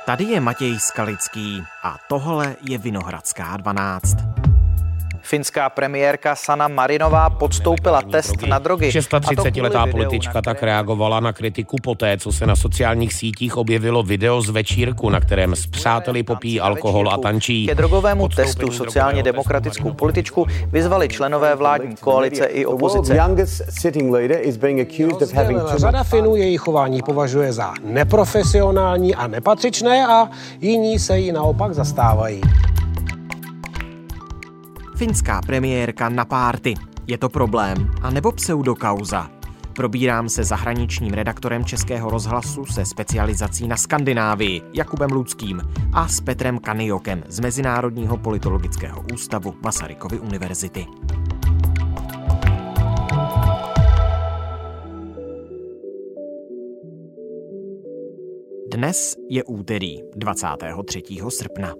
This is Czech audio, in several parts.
Tady je Matěj Skalický a tohle je Vinohradská 12. Finská premiérka Sanna Marinová podstoupila test na drogy. 36letá politička tak reagovala na kritiku poté, co se na sociálních sítích objevilo video z večírku, na kterém s přáteli popíjí alkohol a tančí. Ke drogovému testu sociálně demokratickou političku vyzvali členové vládní koalice i opozice. Řada Finů její chování považuje za neprofesionální a nepatřičné a jiní se jí naopak zastávají. Finská premiérka na párty. Je to problém a nebo pseudokauza? Probírám se zahraničním redaktorem Českého rozhlasu se specializací na Skandinávii Jakubem Ludským a s Petrem Kaniokem z Mezinárodního politologického ústavu Masarykovy univerzity. Dnes je úterý 23. srpna.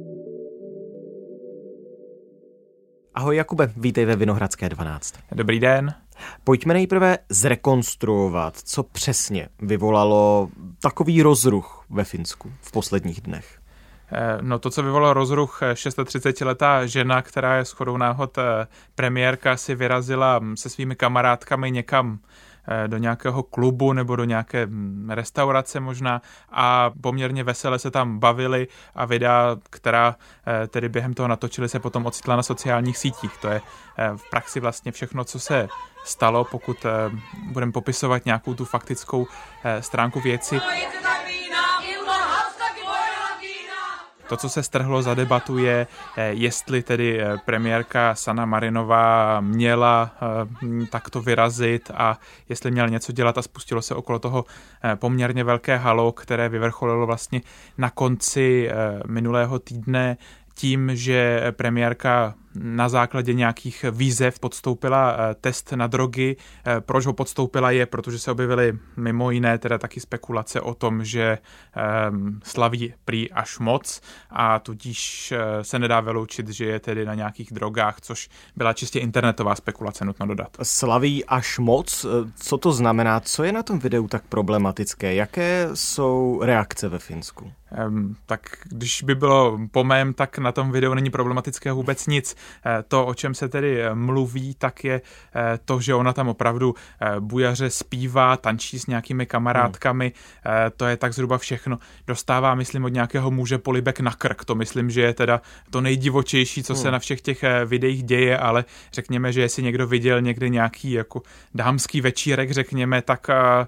Ahoj Jakube, vítej ve Vinohradské 12. Dobrý den. Pojďme nejprve zrekonstruovat, co přesně vyvolalo takový rozruch ve Finsku v posledních dnech. No to, co vyvolalo rozruch, 36letá žena, která je shodou náhod premiérka, si vyrazila se svými kamarádkami někam do nějakého klubu nebo do nějaké restaurace možná a poměrně vesele se tam bavili a videa, která tedy během toho natočili, se potom ocitla na sociálních sítích. To je v praxi vlastně všechno, co se stalo, pokud budeme popisovat nějakou tu faktickou stránku věci. To, co se strhlo za debatu, je, jestli tedy premiérka Sanna Marinová měla takto vyrazit a jestli měla něco dělat, a spustilo se okolo toho poměrně velké halo, které vyvrcholilo vlastně na konci minulého týdne tím, že premiérka na základě nějakých výzev podstoupila test na drogy. Proč ho podstoupila je, protože se objevily mimo jiné teda taky spekulace o tom, že slaví prý až moc a tudíž se nedá vyloučit, že je tedy na nějakých drogách, což byla čistě internetová spekulace, nutno dodat. Slaví až moc? Co to znamená? Co je na tom videu tak problematické? Jaké jsou reakce ve Finsku? Tak když by bylo po mém, tak na tom videu není problematické vůbec nic. To, o čem se tedy mluví, tak je to, že ona tam opravdu bujaře zpívá, tančí s nějakými kamarádkami, to je tak zhruba všechno. Dostává, myslím, od nějakého muže polibek na krk, to myslím, že je teda to nejdivočejší, co se na všech těch videích děje, ale řekněme, že jestli někdo viděl někdy nějaký jako dámský večírek, řekněme, tak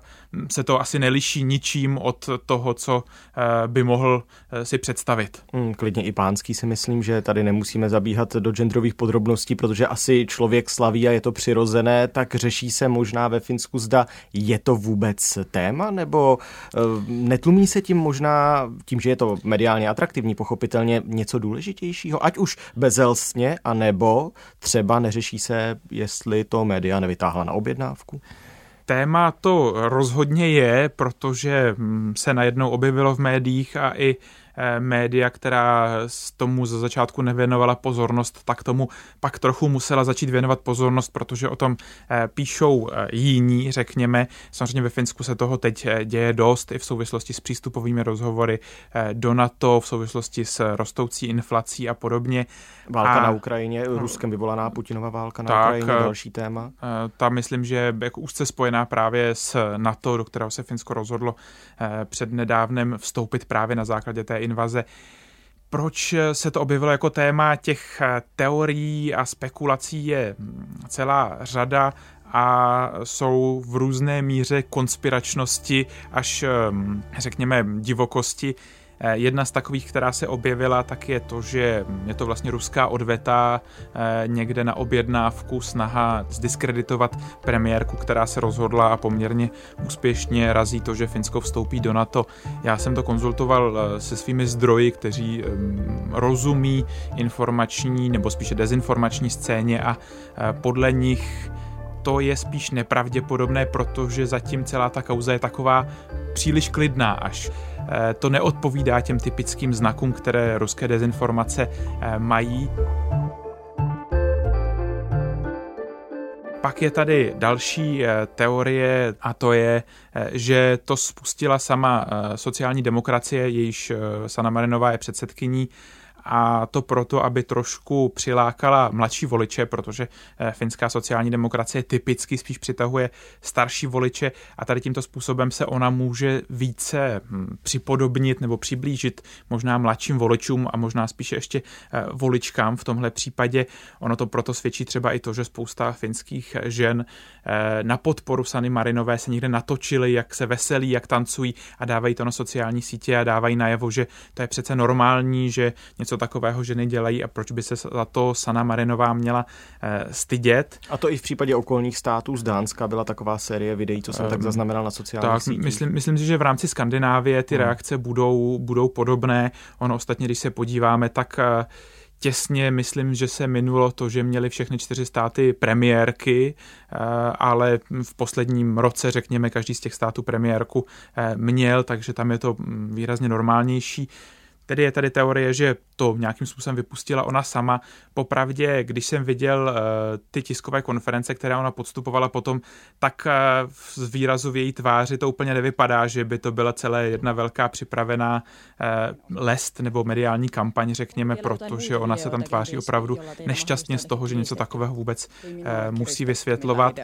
se to asi neliší ničím od toho, co by mohl si představit. Klidně i pánský si myslím, že tady nemusíme zabíhat do genderových podrobností, protože asi člověk slaví a je to přirozené, tak řeší se možná ve Finsku, zda je to vůbec téma, nebo netlumí se tím možná, tím, že je to mediálně atraktivní, pochopitelně něco důležitějšího, ať už bezelstně, anebo třeba neřeší se, jestli to média nevytáhla na objednávku? Téma to rozhodně je, protože se najednou objevilo v médiích a i média, která tomu za začátku nevěnovala pozornost, tak tomu pak trochu musela začít věnovat pozornost, protože o tom píšou jiní, řekněme. Samozřejmě ve Finsku se toho teď děje dost i v souvislosti s přístupovými rozhovory do NATO, v souvislosti s rostoucí inflací a podobně. Válka na Ukrajině, Ruskem vyvolaná Putinova válka na Ukrajině, další téma. Ta myslím, že je jako úzce spojená právě s NATO, do kterého se Finsko rozhodlo přednedávnem vstoupit právě na základě té invaze. Proč se to objevilo jako téma? Těch teorií a spekulací je celá řada a jsou v různé míře konspiračnosti až, řekněme, divokosti. Jedna z takových, která se objevila, tak je to, že je to vlastně ruská odveta někde na objednávku, snaha zdiskreditovat premiérku, která se rozhodla a poměrně úspěšně razí to, že Finsko vstoupí do NATO. Já jsem to konzultoval se svými zdroji, kteří rozumí informační nebo spíše dezinformační scéně a podle nich to je spíš nepravděpodobné, protože zatím celá ta kauza je taková příliš klidná až. To neodpovídá těm typickým znakům, které ruské dezinformace mají. Pak je tady další teorie a to je, že to spustila sama sociální demokracie, jejíž Sanna Marinová je předsedkyní, a to proto, aby trošku přilákala mladší voliče, protože finská sociální demokracie typicky spíš přitahuje starší voliče a tady tímto způsobem se ona může více připodobnit nebo přiblížit možná mladším voličům a možná spíše ještě voličkám v tomhle případě. Ono to proto svědčí třeba i to, že spousta finských žen na podporu Sanny Marinové se někde natočily, jak se veselí, jak tancují a dávají to na sociální sítě a dávají najevo, že to je přece normální, že něco takového ženy dělají a proč by se za to Sanna Marinová měla stydět. A to i v případě okolních států, z Dánska byla taková série videí, co jsem tak zaznamenal na sociálních sítích. Myslím si, že v rámci Skandinávie ty reakce budou podobné. Ono ostatně, když se podíváme, tak těsně myslím, že se minulo to, že měli všechny 4 státy premiérky, ale v posledním roce, řekněme, každý z těch států premiérku měl, takže tam je to výrazně normálnější. Tedy je tady teorie, že to nějakým způsobem vypustila ona sama. Popravdě, když jsem viděl ty tiskové konference, které ona podstupovala potom, tak z výrazu v její tváři to úplně nevypadá, že by to byla celé jedna velká připravená lest nebo mediální kampaň, řekněme, protože ona se tam tváří opravdu nešťastně z toho, že něco takového vůbec musí vysvětlovat.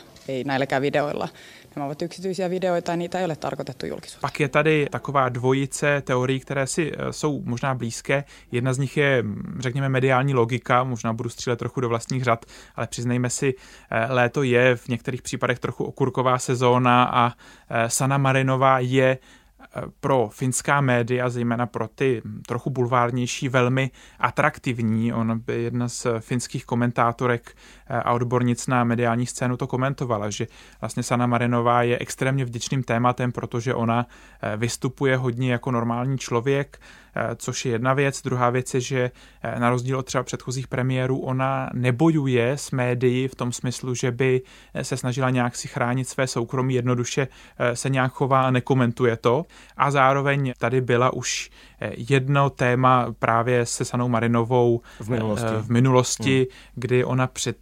Pak je tady taková dvojice teorií, které si jsou možná blízké. Jedna z nich je, řekněme, mediální logika, možná budu střílet trochu do vlastních řad, ale přiznejme si, léto je v některých případech trochu okurková sezóna a Sanna Marinová je pro finská média, zejména pro ty trochu bulvárnější, velmi atraktivní. On by jedna z finských komentátorek a odbornic na mediální scénu to komentovala, že vlastně Sanna Marinová je extrémně vděčným tématem, protože ona vystupuje hodně jako normální člověk, což je jedna věc. Druhá věc je, že na rozdíl od třeba předchozích premiérů ona nebojuje s médií v tom smyslu, že by se snažila nějak si chránit své soukromí, jednoduše se nějak chová a nekomentuje to. A zároveň tady byla už jedno téma právě se Sannou Marinovou v minulosti, kdy ona před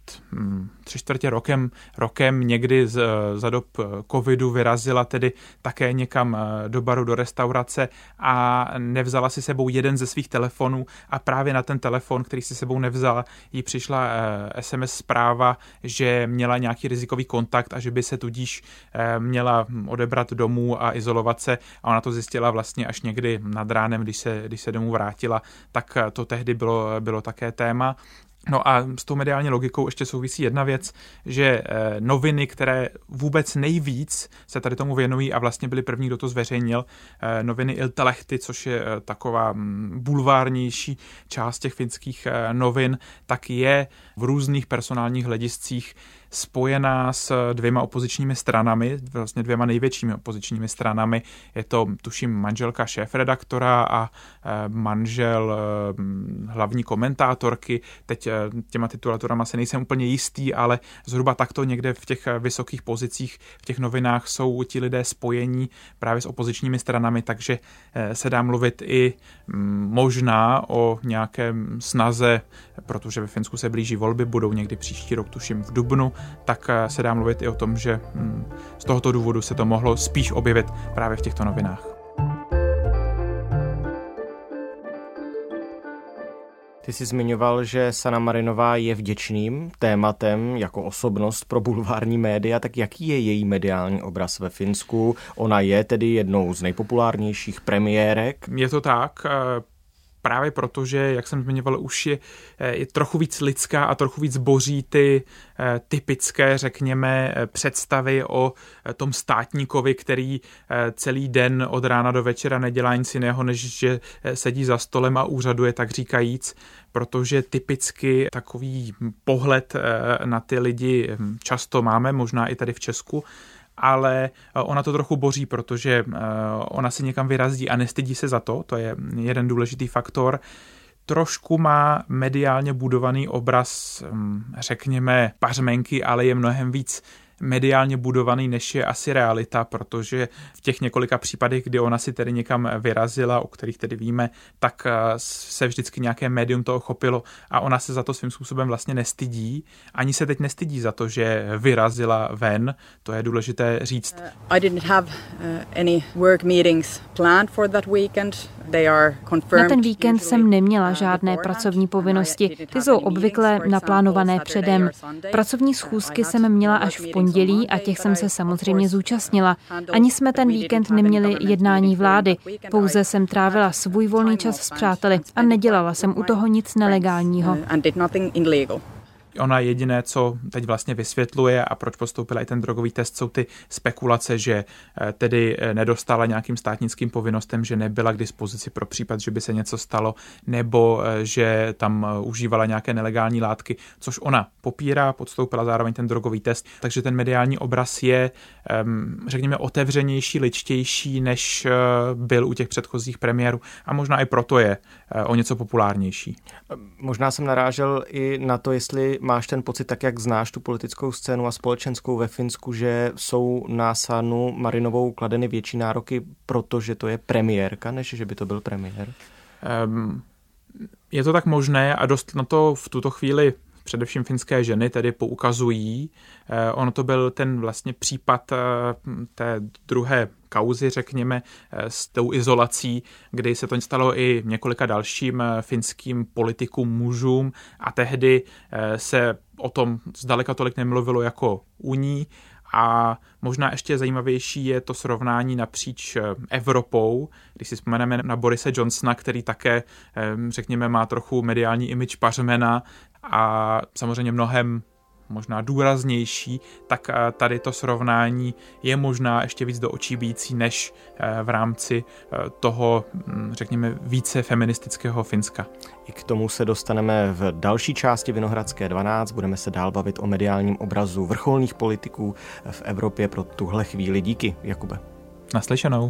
3/4 rokem někdy za dob covidu vyrazila tedy také někam do baru, do restaurace a nevzala si sebou jeden ze svých telefonů a právě na ten telefon, který si sebou nevzala, jí přišla SMS zpráva, že měla nějaký rizikový kontakt a že by se tudíž měla odebrat domů a izolovat se a ona to zjistila vlastně až někdy nad ránem, když se domů vrátila, tak to tehdy bylo také téma. No a s tou mediální logikou ještě souvisí jedna věc, že noviny, které vůbec nejvíc se tady tomu věnují a vlastně byly první, kdo to zveřejnil, noviny Iltalehti, což je taková bulvárnější část těch finských novin, tak je v různých personálních hlediscích spojená s 2 opozičními stranami, vlastně 2 největšími opozičními stranami. Je to, tuším, manželka šéfredaktora a manžel hlavní komentátorky. Teď těma titulaturama se nejsem úplně jistý, ale zhruba takto někde v těch vysokých pozicích v těch novinách jsou ti lidé spojení právě s opozičními stranami, takže se dá mluvit i možná o nějakém snaze, protože ve Finsku se blíží volby, budou někdy příští rok, tuším v dubnu, tak se dá mluvit i o tom, že z tohoto důvodu se to mohlo spíš objevit právě v těchto novinách. Ty jsi zmiňoval, že Sanna Marinová je vděčným tématem jako osobnost pro bulvární média, tak jaký je její mediální obraz ve Finsku? Ona je tedy jednou z nejpopulárnějších premiérek. Je to tak. Právě protože, jak jsem zmiňoval, už je trochu víc lidská a trochu víc boří ty typické, řekněme, představy o tom státníkovi, který celý den od rána do večera nedělá nic jiného, než že sedí za stolem a úřaduje, tak říkajíc, protože typicky takový pohled na ty lidi často máme, možná i tady v Česku, ale ona to trochu boří, protože ona si někam vyrazí a nestydí se za to je jeden důležitý faktor. Trošku má mediálně budovaný obraz, řekněme, pařmenky, ale je mnohem víc mediálně budovaný, než je asi realita, protože v těch několika případech, kdy ona si tedy někam vyrazila, o kterých tedy víme, tak se vždycky nějaké médium toho chopilo a ona se za to svým způsobem vlastně nestydí. Ani se teď nestydí za to, že vyrazila ven, to je důležité říct. I didn't have any work meetings planned for that weekend. They are confirmed. Na ten víkend jsem neměla žádné pracovní povinnosti. Ty jsou obvykle naplánované předem. Pracovní schůzky jsem měla až v pondělí a těch jsem se samozřejmě zúčastnila. Ani jsme ten víkend neměli jednání vlády. Pouze jsem trávila svůj volný čas s přáteli a nedělala jsem u toho nic nelegálního. Ona jediné, co teď vlastně vysvětluje a proč postoupila i ten drogový test, jsou ty spekulace, že tedy nedostala nějakým státnickým povinnostem, že nebyla k dispozici pro případ, že by se něco stalo, nebo že tam užívala nějaké nelegální látky, což ona popírá, podstoupila zároveň ten drogový test, takže ten mediální obraz je, řekněme, otevřenější, ličtější, než byl u těch předchozích premiérů a možná i proto je o něco populárnější. Možná jsem narážel i na to, jestli máš ten pocit, tak jak znáš tu politickou scénu a společenskou ve Finsku, že jsou na Sannu Marinovou kladeny větší nároky, protože to je premiérka, než že by to byl premiér? Je to tak možné a dost na to v tuto chvíli především finské ženy tedy poukazují. Ono to byl ten vlastně případ té druhé kauzy, řekněme, s tou izolací, kdy se to stalo i několika dalším finským politikům, mužům a tehdy se o tom zdaleka tolik nemluvilo jako u ní. A možná ještě zajímavější je to srovnání napříč Evropou, když si vzpomeneme na Borise Johnsona, který také, řekněme, má trochu mediální image pařmena a samozřejmě mnohem možná důraznější, tak tady to srovnání je možná ještě víc do očí bijící než v rámci toho, řekněme, více feministického Finska. I k tomu se dostaneme v další části Vinohradské 12. Budeme se dál bavit o mediálním obrazu vrcholných politiků v Evropě pro tuhle chvíli. Díky, Jakube. Naslyšenou.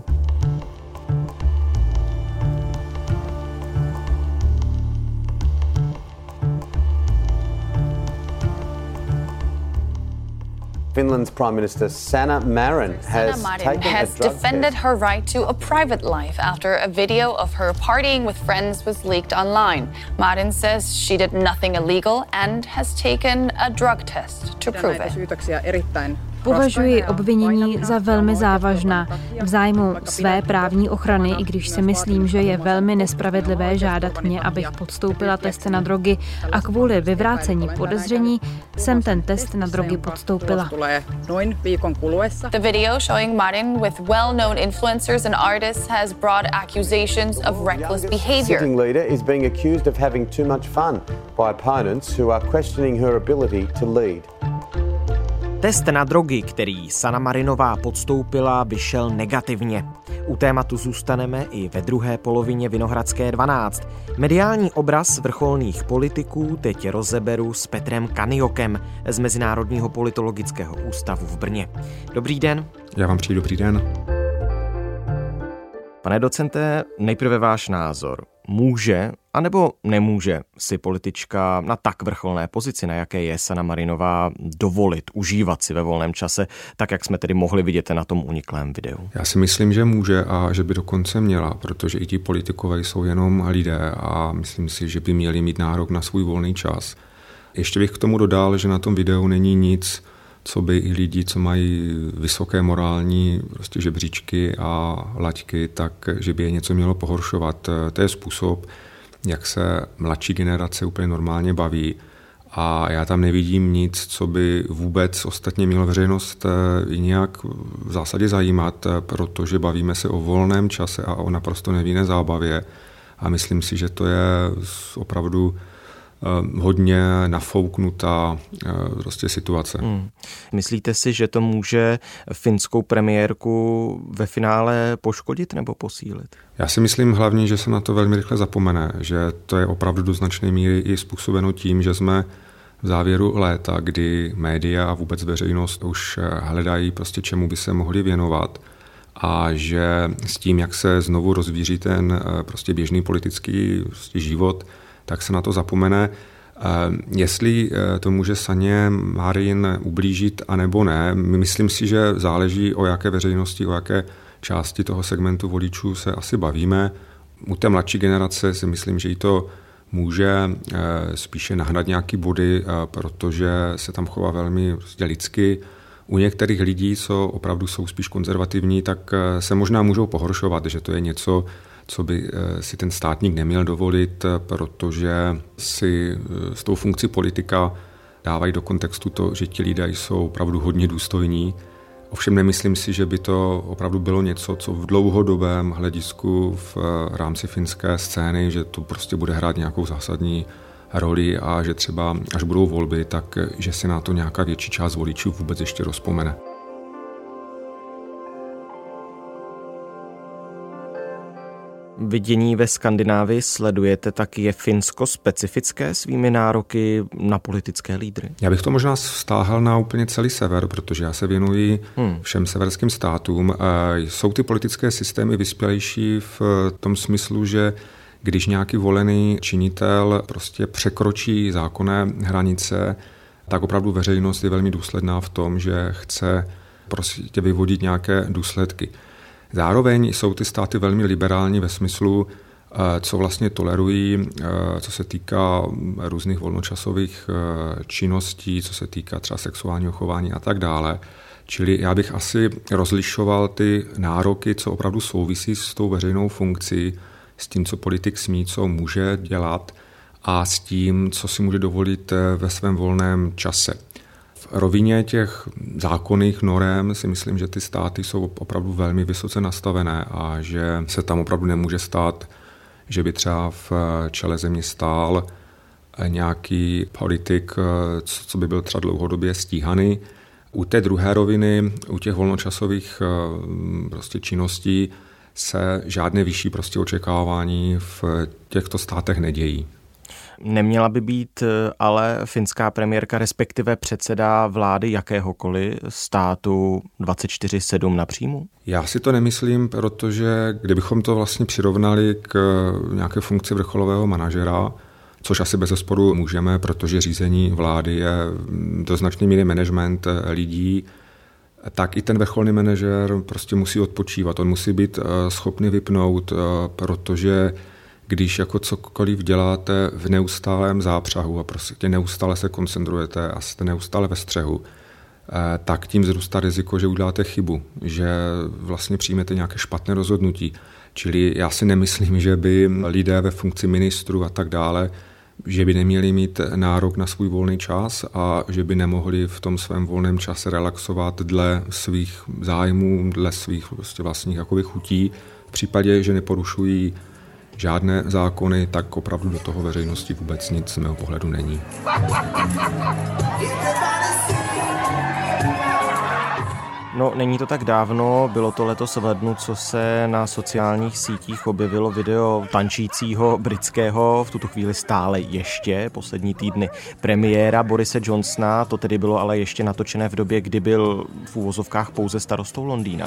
Finland's Prime Minister Sanna Marin has defended her right to a private life after a video of her partying with friends was leaked online. Marin says she did nothing illegal and has taken a drug test to prove it. Považuji obvinění za velmi závažná. V zájmu své právní ochrany, i když si myslím, že je velmi nespravedlivé žádat mě, abych podstoupila test na drogy a kvůli vyvrácení podezření jsem ten test na drogy podstoupila. The video showing Marin with well-known influencers and artists has brought accusations of reckless behavior. Sitting leader is being accused of having too much fun by opponents who are questioning her ability to lead. Test na drogy, který Sanna Marinová podstoupila, vyšel negativně. U tématu zůstaneme i ve druhé polovině Vinohradské 12. Mediální obraz vrcholných politiků teď rozeberu s Petrem Kaniokem z Mezinárodního politologického ústavu v Brně. Dobrý den. Já vám přeji dobrý den. Pane docente, nejprve váš názor. Může, anebo nemůže si politička na tak vrcholné pozici, na jaké je Sanna Marinová, dovolit užívat si ve volném čase, tak jak jsme tedy mohli vidět na tom uniklém videu? Já si myslím, že může a že by dokonce měla, protože i ti politikové jsou jenom lidé a myslím si, že by měli mít nárok na svůj volný čas. Ještě bych k tomu dodal, že na tom videu není nic, co by i lidi, co mají vysoké morální prostě žebříčky a laťky, tak že by je něco mělo pohoršovat. To je způsob, jak se mladší generace úplně normálně baví a já tam nevidím nic, co by vůbec ostatně mělo veřejnost nějak v zásadě zajímat, protože bavíme se o volném čase a o naprosto nevinné zábavě a myslím si, že to je opravdu hodně nafouknutá prostě situace. Myslíte si, že to může finskou premiérku ve finále poškodit nebo posílit? Já si myslím hlavně, že se na to velmi rychle zapomene, že to je opravdu do značné míry i způsobeno tím, že jsme v závěru léta, kdy média a vůbec veřejnost už hledají prostě čemu by se mohli věnovat a že s tím, jak se znovu rozvíří ten prostě běžný politický život, tak se na to zapomene. Jestli to může Saně Marin ublížit, anebo ne, myslím si, že záleží o jaké veřejnosti, o jaké části toho segmentu voličů se asi bavíme. U té mladší generace si myslím, že jí to může spíše nahnat nějaký body, protože se tam chová velmi lidsky. U některých lidí, co opravdu jsou spíš konzervativní, tak se možná můžou pohoršovat, že to je něco, co by si ten státník neměl dovolit, protože si s tou funkcí politika dávají do kontextu to, že ti lidé jsou opravdu hodně důstojní. Ovšem nemyslím si, že by to opravdu bylo něco, co v dlouhodobém hledisku v rámci finské scény, že to prostě bude hrát nějakou zásadní roli a že třeba až budou volby, tak že se na to nějaká větší část voličů vůbec ještě rozpomene. Vidění ve Skandinávii sledujete, tak je Finsko specifické svými nároky na politické lídry? Já bych to možná vztáhl na úplně celý sever, protože já se věnuji všem severským státům. Jsou ty politické systémy vyspělejší v tom smyslu, že když nějaký volený činitel prostě překročí zákonné hranice, tak opravdu veřejnost je velmi důsledná v tom, že chce prostě vyvodit nějaké důsledky. Zároveň jsou ty státy velmi liberální ve smyslu, co vlastně tolerují, co se týká různých volnočasových činností, co se týká třeba sexuálního chování a tak dále. Čili já bych asi rozlišoval ty nároky, co opravdu souvisí s tou veřejnou funkcí, s tím, co politik smí, co může dělat a s tím, co si může dovolit ve svém volném čase. V rovině těch zákonných norem si myslím, že ty státy jsou opravdu velmi vysoce nastavené a že se tam opravdu nemůže stát, že by třeba v čele země stál nějaký politik, co by byl třeba dlouhodobě stíhaný. U té druhé roviny, u těch volnočasových prostě činností se žádné vyšší prostě očekávání v těchto státech nedějí. Neměla by být ale finská premiérka, respektive předseda vlády jakéhokoliv státu 24/7 na příjmu? Já si to nemyslím, protože kdybychom to vlastně přirovnali k nějaké funkci vrcholového manažera, což asi bezesporu můžeme, protože řízení vlády je do značné míry management lidí, tak i ten vrcholný manažer prostě musí odpočívat. On musí být schopný vypnout, protože když jako cokoliv děláte v neustálém zápřahu a prostě neustále se koncentrujete a jste neustále ve střehu, tak tím vzrůstá riziko, že uděláte chybu, že vlastně přijmete nějaké špatné rozhodnutí. Čili já si nemyslím, že by lidé ve funkci ministrů a tak dále, že by neměli mít nárok na svůj volný čas a že by nemohli v tom svém volném čase relaxovat dle svých zájmů, dle svých prostě vlastních jakoby chutí. V případě, že neporušují žádné zákony, tak opravdu do toho veřejnosti vůbec nic z mého pohledu není. No, není to tak dávno, bylo to letos v lednu, co se na sociálních sítích objevilo video tančícího britského, v tuto chvíli stále ještě, poslední týdny, premiéra Borise Johnsona, to tedy bylo ale ještě natočené v době, kdy byl v úvozovkách pouze starostou Londýna.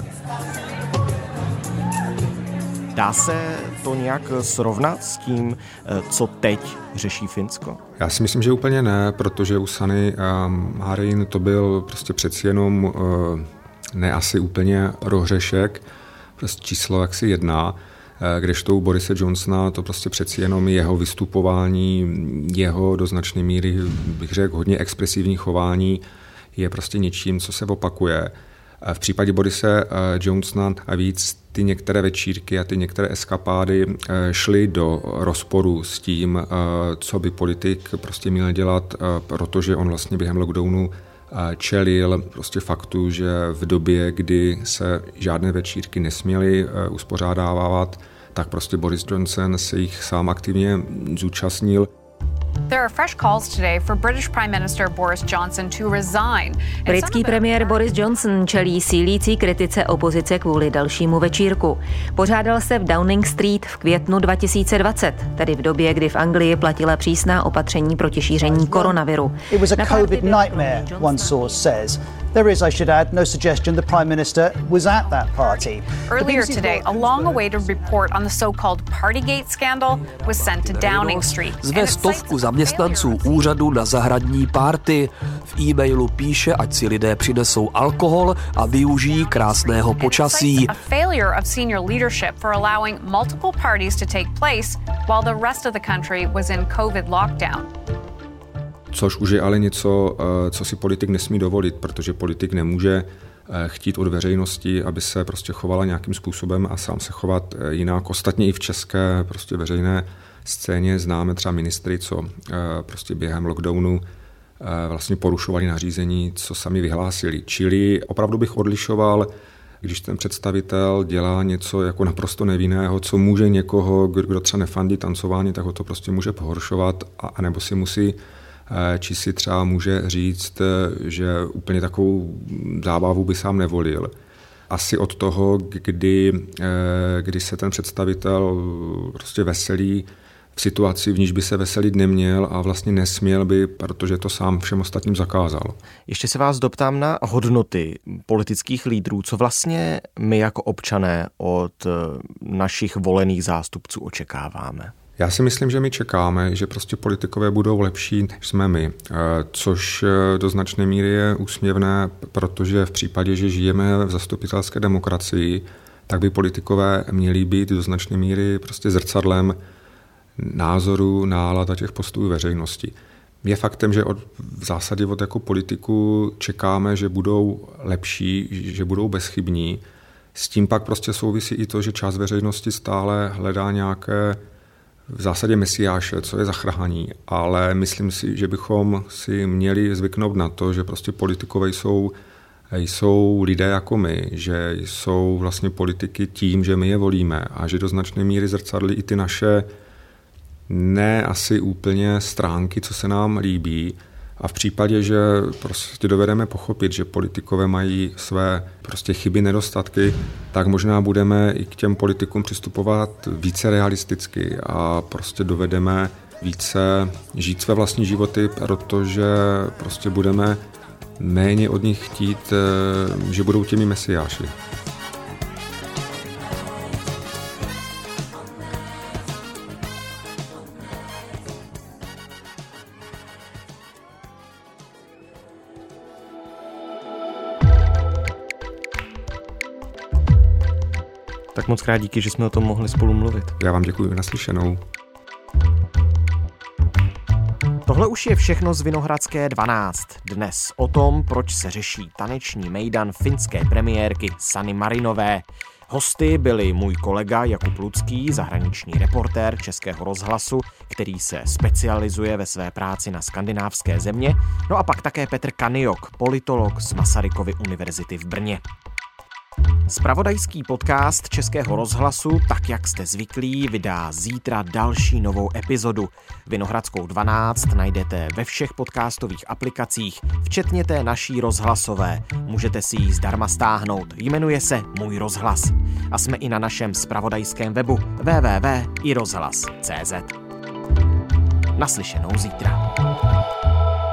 Dá se to nějak srovnat s tím, co teď řeší Finsko? Já si myslím, že úplně ne, protože u Sanny Marin to byl prostě přeci jenom ne asi úplně rohřešek, prostě číslo jaksi 1, kdežto u Borise Johnsona to prostě přeci jenom jeho vystupování, jeho do značné míry, bych řekl, hodně expresivní chování je prostě něčím, co se opakuje. V případě Borise Johnsona a víc ty některé večírky a ty některé eskapády šly do rozporu s tím, co by politik prostě měl dělat, protože on vlastně během lockdownu čelil prostě faktu, že v době, kdy se žádné večírky nesměly uspořádávat, tak prostě Boris Johnson se jich sám aktivně zúčastnil. There are fresh calls today for British Prime Minister Boris Johnson to resign. Britský premiér Boris Johnson čelí sílící kritice opozice kvůli dalšímu večírku. Pořádal se v Downing Street v květnu 2020, tedy v době, kdy v Anglii platila přísná opatření proti šíření koronaviru. It was a COVID nightmare, one source says. There is, I should add, no suggestion the Prime Minister was at that party. Earlier today, a long-awaited report on the so-called Partygate scandal was sent to Downing Street. Zve stovku zaměstnanců úřadu na zahradní party. V e-mailu píše, ať si lidé přinesou alkohol a využijí krásného počasí. A failure of senior leadership for allowing multiple parties to take place while the rest of the country was in COVID lockdown. Což už je ale něco, co si politik nesmí dovolit, protože politik nemůže chtít od veřejnosti, aby se prostě chovala nějakým způsobem a sám se chovat jinak. Ostatně i v české prostě veřejné scéně známe třeba ministry, co prostě během lockdownu vlastně porušovali nařízení, co sami vyhlásili. Čili opravdu bych odlišoval, když ten představitel dělá něco jako naprosto nevinného, co může někoho, kdo třeba nefandí tancování, tak ho to prostě může pohoršovat, anebo si musí, či si třeba může říct, že úplně takovou zábavu by sám nevolil. Asi od toho, kdy se ten představitel prostě veselí v situaci, v níž by se veselit neměl a vlastně nesměl by, protože to sám všem ostatním zakázal. Ještě se vás doptám na hodnoty politických lídrů. Co vlastně my jako občané od našich volených zástupců očekáváme? Já si myslím, že my čekáme, že prostě politikové budou lepší, než jsme my, což do značné míry je úsměvné, protože v případě, že žijeme v zastupitelské demokracii, tak by politikové měli být do značné míry prostě zrcadlem názoru, nálad a těch postojů veřejnosti. Je faktem, že v zásadě od jako politiků čekáme, že budou lepší, že budou bezchybní. S tím pak prostě souvisí i to, že část veřejnosti stále hledá nějaké v zásadě mesiáše, co je zachrání, ale myslím si, že bychom si měli zvyknout na to, že prostě politikové jsou lidé jako my, že jsou vlastně politiky tím, že my je volíme a že do značné míry zrcadlí i ty naše ne asi úplně stránky, co se nám líbí. A v případě, že prostě dovedeme pochopit, že politikové mají své prostě chyby, nedostatky, tak možná budeme i k těm politikům přistupovat více realisticky a prostě dovedeme více žít své vlastní životy, protože prostě budeme méně od nich chtít, že budou těmi mesiáši. Tak moc krát díky, že jsme o tom mohli spolu mluvit. Já vám děkuji, naslyšenou. Tohle už je všechno z Vinohradské 12. Dnes o tom, proč se řeší taneční mejdan finské premiérky Sanny Marinové. Hosty byli můj kolega Jakub Lucký, zahraniční reportér Českého rozhlasu, který se specializuje ve své práci na skandinávské země, no a pak také Petr Kaniok, politolog z Masarykovy univerzity v Brně. Zpravodajský podcast Českého rozhlasu, tak jak jste zvyklí, vydá zítra další novou epizodu. Vinohradskou 12 najdete ve všech podcastových aplikacích, včetně té naší rozhlasové. Můžete si ji zdarma stáhnout, jmenuje se Můj rozhlas. A jsme i na našem zpravodajském webu www.irozhlas.cz. Naslyšenou zítra.